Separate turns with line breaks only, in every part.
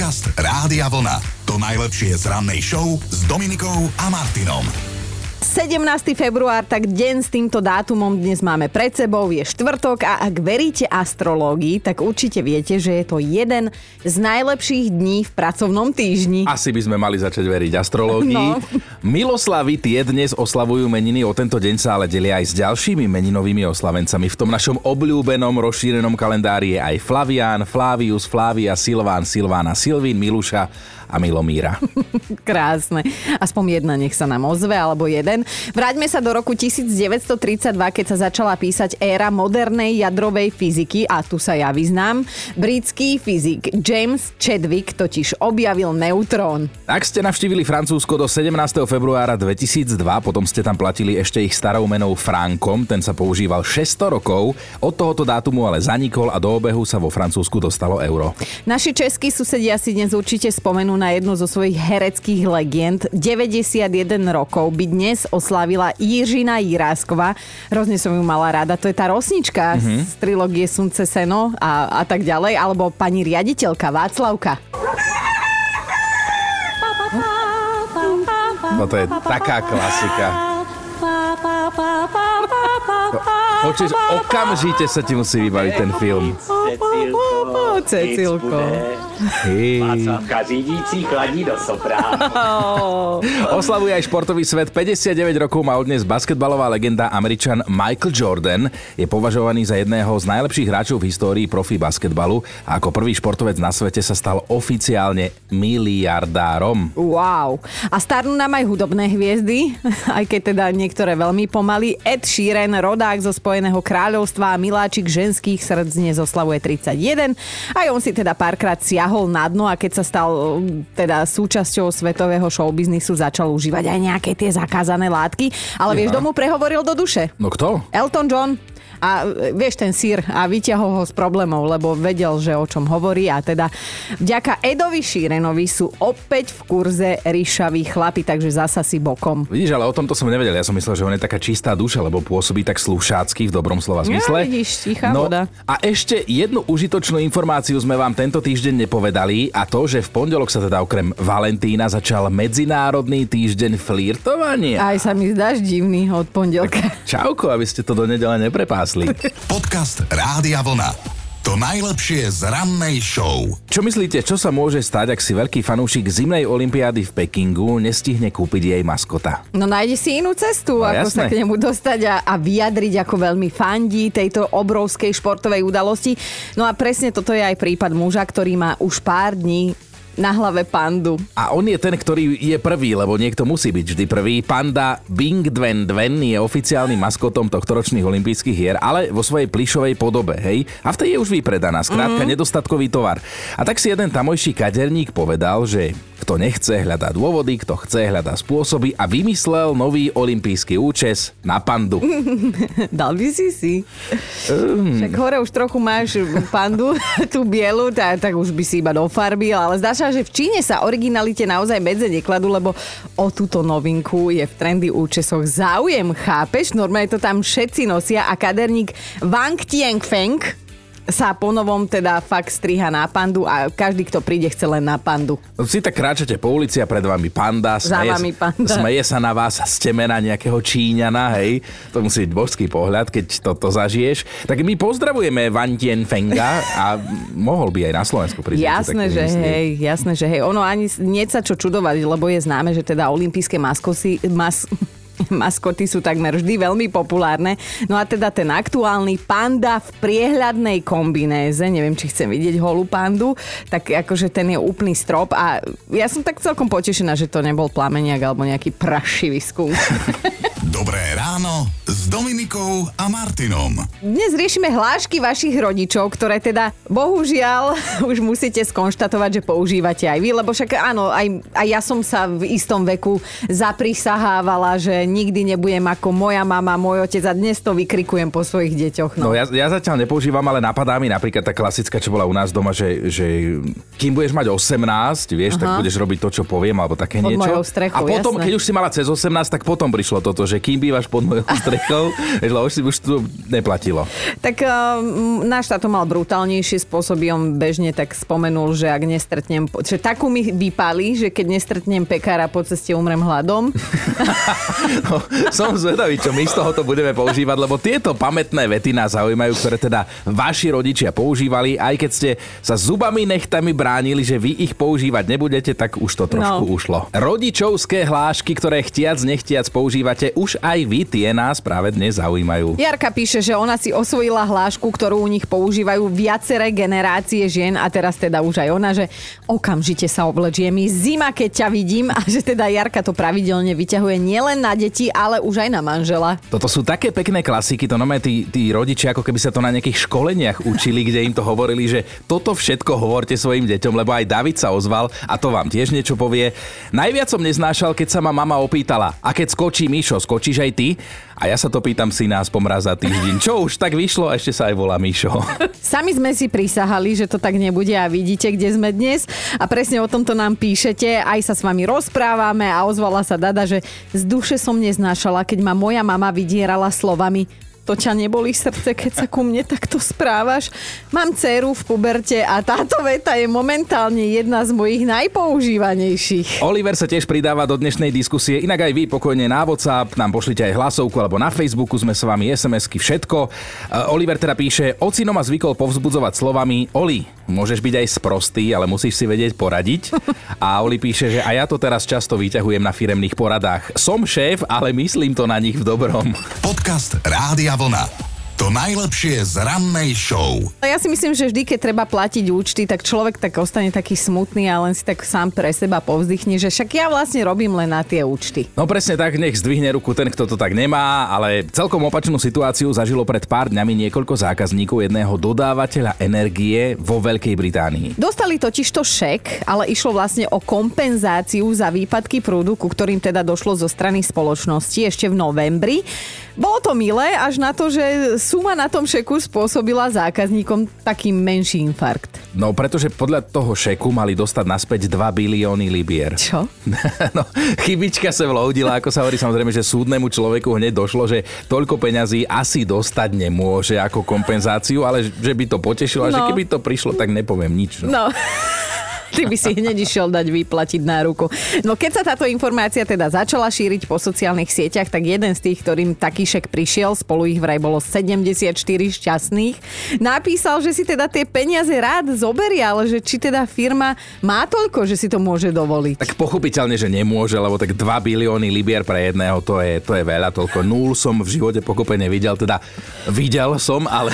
Podcast Rádia Vlna. To najlepšie z rannej show s Dominikou a Martinom.
17. február, tak deň s týmto dátumom dnes máme pred sebou, je štvrtok a ak veríte astrológii, tak určite viete, že je to jeden z najlepších dní v pracovnom týždni.
Asi by sme mali začať veriť astrológii.
No.
Miloslavy tie dnes oslavujú meniny, o tento deň sa ale delia aj s ďalšími meninovými oslavencami. V tom našom obľúbenom rozšírenom kalendári je aj Flavián, Flavius, Flávia, Silván, Silvána, Silvín, Miluša a Milomíra.
Krásne. Aspoň jedna nech sa nám ozve, alebo jeden. Vráťme sa do roku 1932, keď sa začala písať éra modernej jadrovej fyziky a tu sa ja vyznám. Britský fyzik James Chadwick totiž objavil neutrón.
Ak ste navštívili Francúzsko do 17. februára 2002, potom ste tam platili ešte ich starou menou frankom, ten sa používal 600 rokov. Od tohoto dátumu ale zanikol a do obehu sa vo Francúzsku dostalo euro.
Naši českí susedia si dnes určite spomenú na jednu zo svojich hereckých legend. 91 rokov by dnes oslávila Jiřina Jirásková. Hrozne som ju mala rada. To je tá rosnička z trilógie Slunce, seno a tak ďalej. Alebo pani riaditeľka Václavka.
No to je taká klasika. Počuť, okamžite sa ti musí vybaviť ten film.
Cecilko.
Václavka řídící chladí do sopránu.
Oslavuje aj športový svet. 59 rokov má dnes basketbalová legenda Američan Michael Jordan. Je považovaný za jedného z najlepších hráčov v histórii profi basketbalu a ako prvý športovec na svete sa stal oficiálne miliardárom.
Wow. A starnú nám aj hudobné hviezdy, aj keď teda niektoré veľmi pomaly. Ed Sheeran, rodák zo Spojeného kráľovstva a miláčik ženských srdc dnes oslavuje 31. Aj on si teda párkrát siahol na dno a keď sa stal teda súčasťou svetového showbiznisu, začal užívať aj nejaké tie zakázané látky. Ale vieš, kto mu prehovoril do duše?
No kto?
Elton John. A vieš, ten sír a vyťahol ho z problémov, lebo vedel, že o čom hovorí a teda vďaka Edovi Sheeranovi sú opäť v kurze ríšaví chlapi, takže zasa si bokom.
Vidíš, ale o tomto som nevedel. Ja som myslel, že on je taká čistá duša, lebo pôsobí tak slušácky v dobrom slova zmysle.
Ja, vidíš, tichá voda.
A ešte jednu užitočnú informáciu sme vám tento týždeň nepovedali a to, že v pondelok sa teda okrem Valentína začal Medzinárodný týždeň flirtovania.
Aj sa mi zdáš divný od pondelka.
Čauko, aby ste to do nedele neprepásli.
Podcast Rádia Vlna. To najlepšie z rannej show.
Čo myslíte, čo sa môže stať, ak si veľký fanúšik zimnej olympiády v Pekingu nestihne kúpiť jej maskota?
No nájde si inú cestu,
No,
ako
jasné.
sa k nemu dostať a vyjadriť, ako veľmi fandí tejto obrovskej športovej udalosti. No a presne toto je aj prípad muža, ktorý má už pár dní na hlave pandu.
A on je ten, ktorý je prvý, lebo niekto musí byť vždy prvý. Panda Bing Dwen Dwen je oficiálnym maskotom tohtoročných olympijských hier, ale vo svojej plyšovej podobe, hej? A v tej je už vypredaná, skrátka nedostatkový tovar. A tak si jeden tamojší kaderník povedal, že kto nechce, hľadá dôvody, kto chce, hľadá spôsoby a vymyslel nový olympijský účes na pandu.
Dal by si. Však hore už trochu máš pandu, tú bielu, tak už by si iba dofarbil, ale zdá sa, že v Číne sa originalite naozaj medze nekladú, lebo o túto novinku je v trendy účesoch záujem, chápeš? Normálne to tam všetci nosia a kaderník Wang Tianfeng sa ponovom teda fakt striha na pandu a každý, kto príde, chce len na pandu.
Si tak kráčate po ulici a pred vami panda, smeje sa na vás z temena nejakého Číňana, hej. To musí byť božský pohľad, keď toto zažiješ. Tak my pozdravujeme Wang Tianfenga a mohol by aj na Slovensku prísť.
Jasné, že hej. Ono ani nie sa čo čudovať, lebo je známe, že teda olympijské maskoty sú takmer vždy veľmi populárne. No a teda ten aktuálny panda v priehľadnej kombinéze, neviem, či chcem vidieť holú pandu, tak akože ten je úplný strop a ja som tak celkom potešená, že to nebol plameniak alebo nejaký prašivý skunk.
Dobré ráno s Dominikou a Martinom.
Dnes riešime hlášky vašich rodičov, ktoré teda bohužiaľ už musíte skonštatovať, že používate aj vy, lebo však áno, aj ja som sa v istom veku zaprisahávala, že nikdy nebudem ako moja mama, môj otec a dnes to vykrikujem po svojich deťoch.
No ja zatiaľ nepoužívam, ale napadá mi napríklad tá klasická, čo bola u nás doma, že kým budeš mať 18, vieš, tak budeš robiť to, čo poviem, alebo také
pod
niečo.
mojou strechou,
a potom,
jasné.
keď už si mala cez 18, tak potom prišlo toto, že kým bývaš pod mojou strechou, Už to neplatilo.
Tak náš táto mal brutálnejší spôsob, on bežne tak spomenul, že ak nestretnem, že takú mi vypáli, že keď nestretnem pekára po ceste, umrem hladom.
No, som zvedavý, čo my z tohoto budeme používať, lebo tieto pamätné vety nás zaujímajú, ktoré teda vaši rodičia používali, aj keď ste sa zubami nechtami bránili, že vy ich používať nebudete, tak už to trošku ušlo. Rodičovské hlášky, ktoré chtiac nechtiac používate, už aj vy, tie nás práve dnes zaujímajú.
Jarka píše, že ona si osvojila hlášku, ktorú u nich používajú viaceré generácie žien a teraz teda už aj ona, že okamžite sa oblečie mi zima, keď ťa vidím, a že teda Jarka to pravidelne vyťahuje nielen na deti, ale už aj na manžela.
Toto sú také pekné klasiky, to normálne tí rodičia, ako keby sa to na nejakých školeniach učili, kde im to hovorili, že toto všetko hovorte svojim deťom, lebo aj David sa ozval a to vám tiež niečo povie. Najviac som neznášal, keď sa ma mama opýtala: a keď skočí Mišo, skočíš aj ty? A ja sa to pýtam syna aspoň raz za týždeň. Čo už tak vyšlo, ešte sa aj volá Mišo.
Sami sme si prisahali, že to tak nebude a vidíte, kde sme dnes. A presne o tomto nám píšete, aj sa s vami rozprávame a ozvala sa Dada, že z duše som neznášala, keď ma moja mama vydierala slovami: to ťa neboli srdce, keď sa ku mne takto správaš? Mám dcéru v puberte a táto veta je momentálne jedna z mojich najpoužívanejších.
Oliver sa tiež pridáva do dnešnej diskusie, inak aj vy pokojne na WhatsApp, nám pošlite aj hlasovku, alebo na Facebooku sme s vami, SMS-ky, všetko. Oliver teda píše: ocino ma zvykol povzbudzovať slovami: Oli, môžeš byť aj sprostý, ale musíš si vedieť poradiť. A Oli píše, že aj ja to teraz často vyťahujem na firemných poradách. Som šéf, ale myslím to na nich v dobrom.
Podcast Rádia Vlna. To najlepšie z rannej show.
Ja si myslím, že vždy, keď treba platiť účty, tak človek tak ostane taký smutný a len si tak sám pre seba povzdychne, že však ja vlastne robím len na tie účty.
No presne tak, nech zdvihne ruku ten, kto to tak nemá, ale celkom opačnú situáciu zažilo pred pár dňami niekoľko zákazníkov jedného dodávateľa energie vo Veľkej Británii. Dostali
totižto šek, ale išlo vlastne o kompenzáciu za výpadky prúdu, ku ktorým teda došlo zo strany spoločnosti ešte v novembri. Bolo to milé, až na to, že suma na tom šeku spôsobila zákazníkom taký menší infarkt.
No, pretože podľa toho šeku mali dostať naspäť 2 bilióny libier.
Čo?
No, chybička sa vloudila, ako sa hovorí, samozrejme, že súdnemu človeku hneď došlo, že toľko peňazí asi dostať nemôže ako kompenzáciu, ale že by to potešilo a že keby to prišlo, tak nepoviem nič.
No. Ty by si hneď išiel dať vyplatiť na ruku. No keď sa táto informácia teda začala šíriť po sociálnych sieťach, tak jeden z tých, ktorým taký šek prišiel, spolu ich vraj bolo 74 šťastných, napísal, že si teda tie peniaze rád zoberie, ale že či teda firma má toľko, že si to môže dovoliť.
Tak pochopiteľne, že nemôže, lebo tak 2 bilióny libier pre jedného, to je veľa, toľko nul som v živote pokope nevidel, teda videl som, ale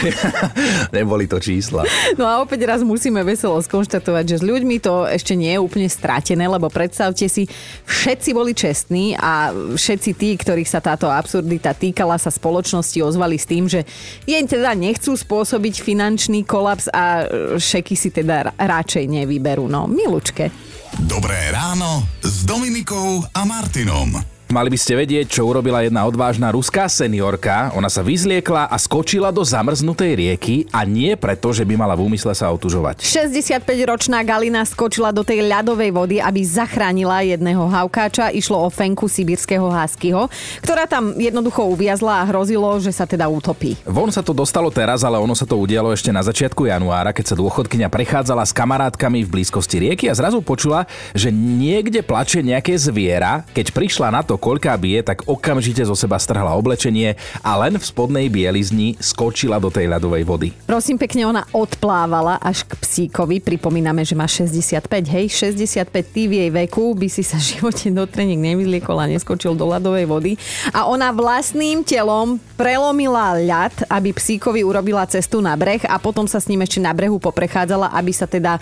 neboli to čísla.
No a opäť raz musíme veselo skonštatovať, že s ľuďmi to ešte nie je úplne stratené, lebo predstavte si, všetci boli čestní a všetci tí, ktorých sa táto absurdita týkala, sa spoločnosti ozvali s tým, že jej teda nechcú spôsobiť finančný kolaps a šeky si teda radšej nevyberú. No, milučke.
Dobré ráno s Dominikou a Martinom.
Mali by ste vedieť, čo urobila jedna odvážna ruská seniorka. Ona sa vyzliekla a skočila do zamrznutej rieky a nie preto, že by mala v úmysle sa otužovať.
65-ročná Galina skočila do tej ľadovej vody, aby zachránila jedného havkáča. Išlo o Fenku sibírskeho huskyho, ktorá tam jednoducho uviazla a hrozilo, že sa teda utopí.
Von sa to dostalo teraz, ale ono sa to udialo ešte na začiatku januára, keď sa dôchodkyňa prechádzala s kamarátkami v blízkosti rieky a zrazu počula, že niekde plače nejaké zviera. Keď prišla na to, koľká bije, tak okamžite zo seba strhla oblečenie a len v spodnej bielizni skočila do tej ľadovej vody.
Prosím pekne, ona odplávala až k psíkovi. Pripomíname, že má 65, hej, 65, ty v jej veku by si sa v živote do treník nevyzliekol a neskočil do ľadovej vody. A ona vlastným telom prelomila ľad, aby psíkovi urobila cestu na breh a potom sa s ním ešte na brehu poprechádzala, aby sa teda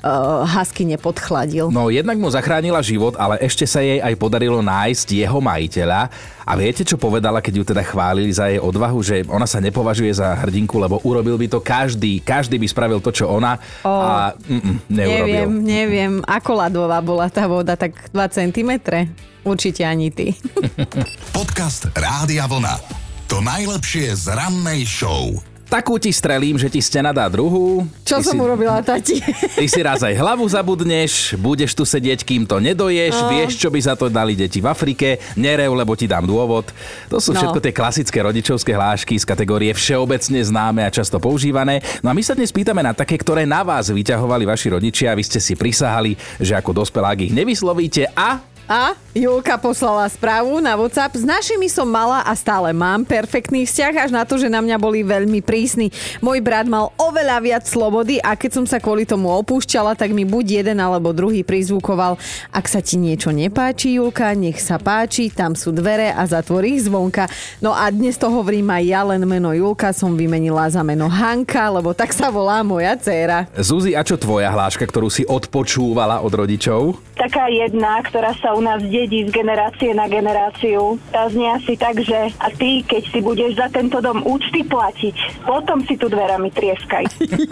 husky nepodchladil.
No jednak mu zachránila život, ale ešte sa jej aj podarilo nájsť jeho majiteľa. A viete, čo povedala, keď ju teda chválili za jej odvahu, že ona sa nepovažuje za hrdinku, lebo urobil by to každý by spravil to, čo ona a neurobil.
Neviem, ako ľadová bola tá voda, tak 2 cm? Určite ani ty.
Podcast Rádia Vlna. To najlepšie z rannej show.
takú ti strelím, že ti stena dá druhú.
Čo som urobila, tati?
Ty si raz aj hlavu zabudneš, budeš tu sedieť, kým to nedoješ, vieš, čo by za to dali deti v Afrike, nerev, lebo ti dám dôvod. To sú všetko tie klasické rodičovské hlášky z kategórie všeobecne známe a často používané. No a my sa dnes pýtame na také, ktoré na vás vyťahovali vaši rodičia, vy ste si prisahali, že ako dospelák ich nevyslovíte
A Julka poslala správu na WhatsApp. S našimi som mala a stále mám perfektný vzťah, až na to, že na mňa boli veľmi prísni. Môj brat mal oveľa viac slobody a keď som sa kvôli tomu opúšťala, tak mi buď jeden alebo druhý prizvukoval: ak sa ti niečo nepáči, Julka, nech sa páči, tam sú dvere a zatvor ich zvonka. No a dnes to hovorím aj ja, len meno Julka som vymenila za meno Hanka, lebo tak sa volá moja dcéra.
Zuzi, a čo tvoja hláška, ktorú si odpočúvala od rodičov?
Taká jedna, ktorá sa u nás dedí z generácie na generáciu. Tá znie asi tak, že a ty, keď si budeš za tento dom účty platiť, potom si tu dverami trieskaj.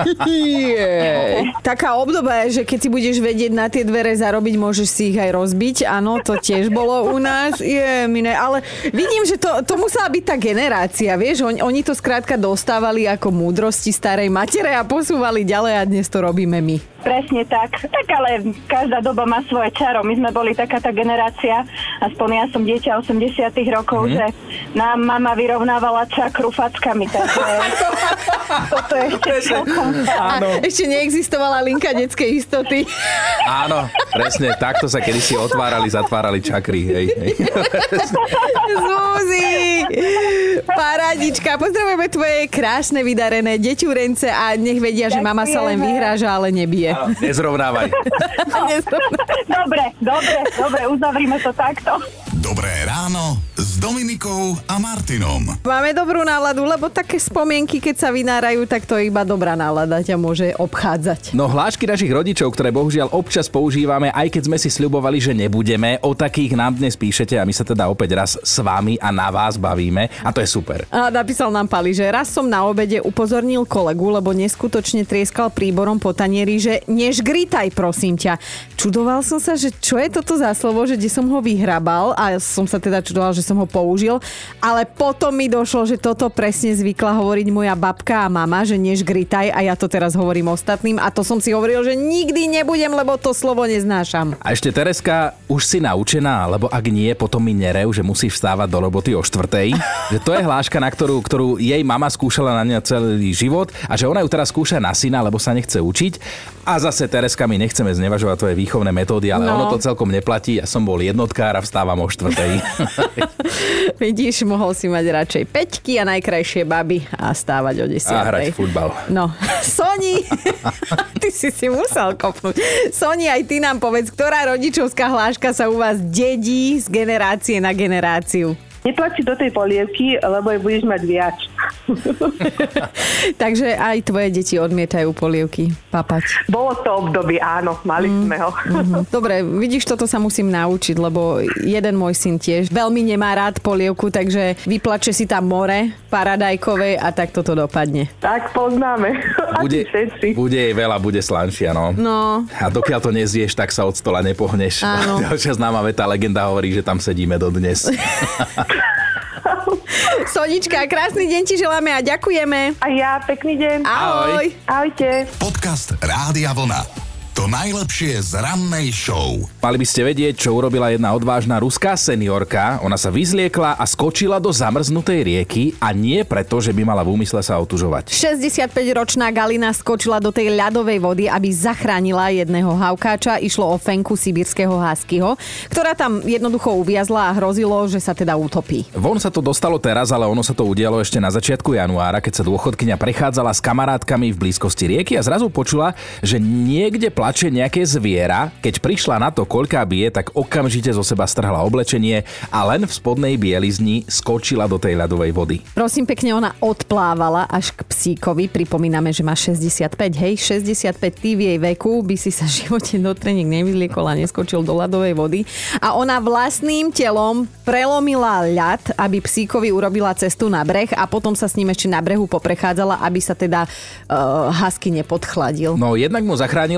Taká obdoba je, že keď si budeš vedieť na tie dvere zarobiť, môžeš si ich aj rozbiť. Áno, to tiež bolo u nás. Ale vidím, že to musela byť tá generácia, vieš? Oni to skrátka dostávali ako múdrosti starej matere a posúvali ďalej a dnes to robíme my.
Presne tak. Tak ale každá doba má svoje čaro. My sme boli taká tá generácia, aspoň ja som dieťa 80 rokov, že nám mama vyrovnávala čakru fackami. Takže toto je ešte celkom.
A ešte neexistovala linka detskej istoty.
Áno, presne. Takto sa kedysi otvárali, zatvárali čakry. Hej.
Zuzi! Parádička. Pozdravujeme tvoje krásne vydarené deťurence a nech vedia, že mama sa len vyhráža, ale nebije.
Nezrovnávaj.
Dobre, uzavrime to takto.
Dobré ráno s Dominikou a Martinom.
Máme dobrú náladu, lebo také spomienky, keď sa vynárajú, tak to iba dobrá nálada ťa môže obchádzať.
No hlášky našich rodičov, ktoré bohužiaľ občas používame, aj keď sme si sľubovali, že nebudeme, o takých nám dnes píšete a my sa teda opäť raz s vami a na vás bavíme a to je super.
A napísal nám Pali, že raz som na obede upozornil kolegu, lebo neskutočne trieskal príborom po tanieri, že nežgritaj, prosím ťa. Čudoval som sa, že čo je toto za slovo, že kde som ho vyhrabal a som sa teda čudoval, že som ho použil, ale potom mi došlo, že toto presne zvykla hovoriť moja babka a mama, že nežgritaj, a ja to teraz hovorím ostatným a to som si hovoril, že nikdy nebudem, lebo to slovo neznášam.
A ešte Tereska, už si naučená, lebo ak nie, potom mi nerev, že musíš vstávať do roboty o 4:00. Že to je hláška, na ktorú jej mama skúšala na ňa celý život a že ona ju teraz skúša na syna, lebo sa nechce učiť. A zase Tereska, my nechceme znevažovať tvoje výchovné metódy, ale ono to celkom neplatí. Ja som bol jednotkár a vstávam o 4:00.
Vidíš, mohol si mať radšej 5 a najkrajšie baby a stávať o 10:00.
A hrať futbal.
No, Soni, ty si musel kopnúť. Soni, aj ty nám povedz, ktorá rodičovská hláška sa u vás dedí z generácie na generáciu.
Netlači do tej polievky, lebo jej budeš mať viac.
Takže aj tvoje deti odmietajú polievky papať.
Bolo to obdobie, áno, mali sme ho.
Dobre, vidíš, toto sa musím naučiť, lebo jeden môj syn tiež veľmi nemá rád polievku, takže vyplače si tam more paradajkovej a tak toto dopadne.
Tak poznáme.
Bude jej veľa, bude slanšia, no.
No.
A dokiaľ to nezješ, tak sa od stola nepohneš.
Áno.
Ďalšia známa veta, legenda hovorí, že tam sedíme dodnes.
Sonička, krásny deň ti želáme a ďakujeme.
A ja, pekný deň.
Ahoj.
Ahojte.
Podcast Rádia Vlna. To najlepšie z rannej show.
Mali by ste vedieť, čo urobila jedna odvážna ruská seniorka. Ona sa vyzliekla a skočila do zamrznutej rieky a nie preto, že by mala v úmysle sa otužovať.
65-ročná Galina skočila do tej ľadovej vody, aby zachránila jedného havkáča. Išlo o Fenku, sibírskeho huskyho, ktorá tam jednoducho uviazla a hrozilo, že sa teda utopí.
Von sa to dostalo teraz, ale ono sa to udialo ešte na začiatku januára, keď sa dôchodkyňa prechádzala s kamarátkami v blízkosti rieky a zrazu počula, že niekde plače nejaké zviera. Keď prišla na to, koľká bije, tak okamžite zo seba strhla oblečenie a len v spodnej bielizni skočila do tej ľadovej vody.
Prosím pekne, ona odplávala až k psíkovi. Pripomíname, že má 65, hej, 65, ty v jej veku by si sa v živote do treniek nevyliekol a neskočil do ľadovej vody. A ona vlastným telom prelomila ľad, aby psíkovi urobila cestu na breh a potom sa s ním ešte na brehu poprechádzala, aby sa teda husky nepodchladil.
No jednak mu zachránila život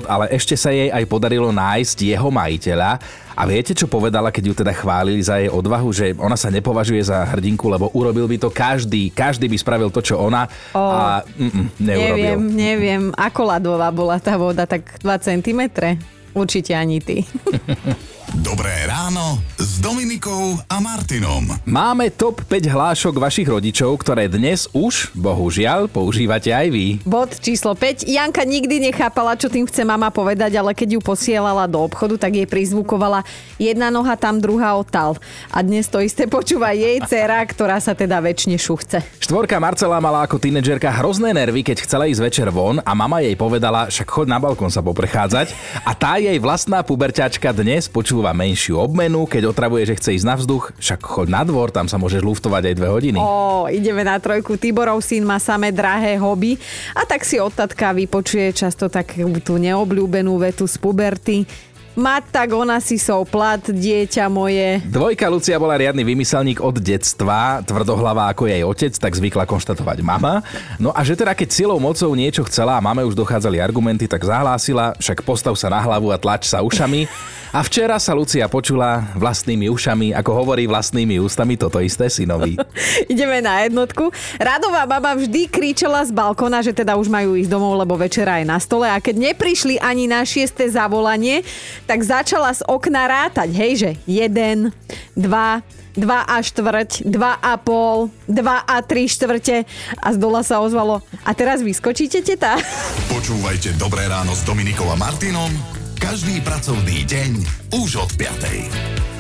život, ale ešte sa jej aj podarilo nájsť jeho majiteľa. A viete, čo povedala, keď ju teda chválili za jej odvahu, že ona sa nepovažuje za hrdinku, lebo urobil by to každý by spravil to, čo ona a neurobil.
Neviem, ako ľadová bola tá voda, tak 2 cm? Určite ani ty.
Dobré ráno s Dominikou a Martinom.
Máme top 5 hlášok vašich rodičov, ktoré dnes už, bohužiaľ, používate aj vy.
Bod číslo 5. Janka nikdy nechápala, čo tým chce mama povedať, ale keď ju posielala do obchodu, tak jej prizvukovala jedna noha tam, druhá odtal. A dnes to isté počúva jej dcéra, ktorá sa teda väčšine šuchce.
4. Marcela mala ako tínedžerka hrozné nervy, keď chcela ísť večer von a mama jej povedala, však choď na balkón sa poprechádzať. A tá jej vlastná puberťačka dnes počúva menšiu obmenu, keď otravuje, že chce ísť na vzduch, však choď na dvor, tam sa môžeš luftovať aj 2 hodiny.
Ideme na 3. Tiborov syn má samé drahé hobby a tak si od tatka vypočuje často takú tú neobľúbenú vetu z puberty. Mať tak ona si plat, dieťa moje.
2. Lucia bola riadny vymyselník od detstva, tvrdohlavá ako jej otec, tak zvykla konštatovať mama. No a že teda keď silou mocou niečo chcela a mame už dochádzali argumenty, tak zahlásila, však postav sa na hlavu a tlač sa ušami. A včera sa Lucia počula vlastnými ušami, ako hovorí vlastnými ústami toto isté synovi.
Ideme na 1. Radová mama vždy kričala z balkóna, že teda už majú ísť domov, lebo večera je na stole a keď neprišli ani na 6. zavolanie, tak začala z okna rátať, hej, že 1, 2, 2 a štvrť, 2 a pol, 2 a 3 štvrte a z dola sa ozvalo: a teraz vyskočíte, teta?
Počúvajte Dobré ráno s Dominikou a Martinom každý pracovný deň už od 5.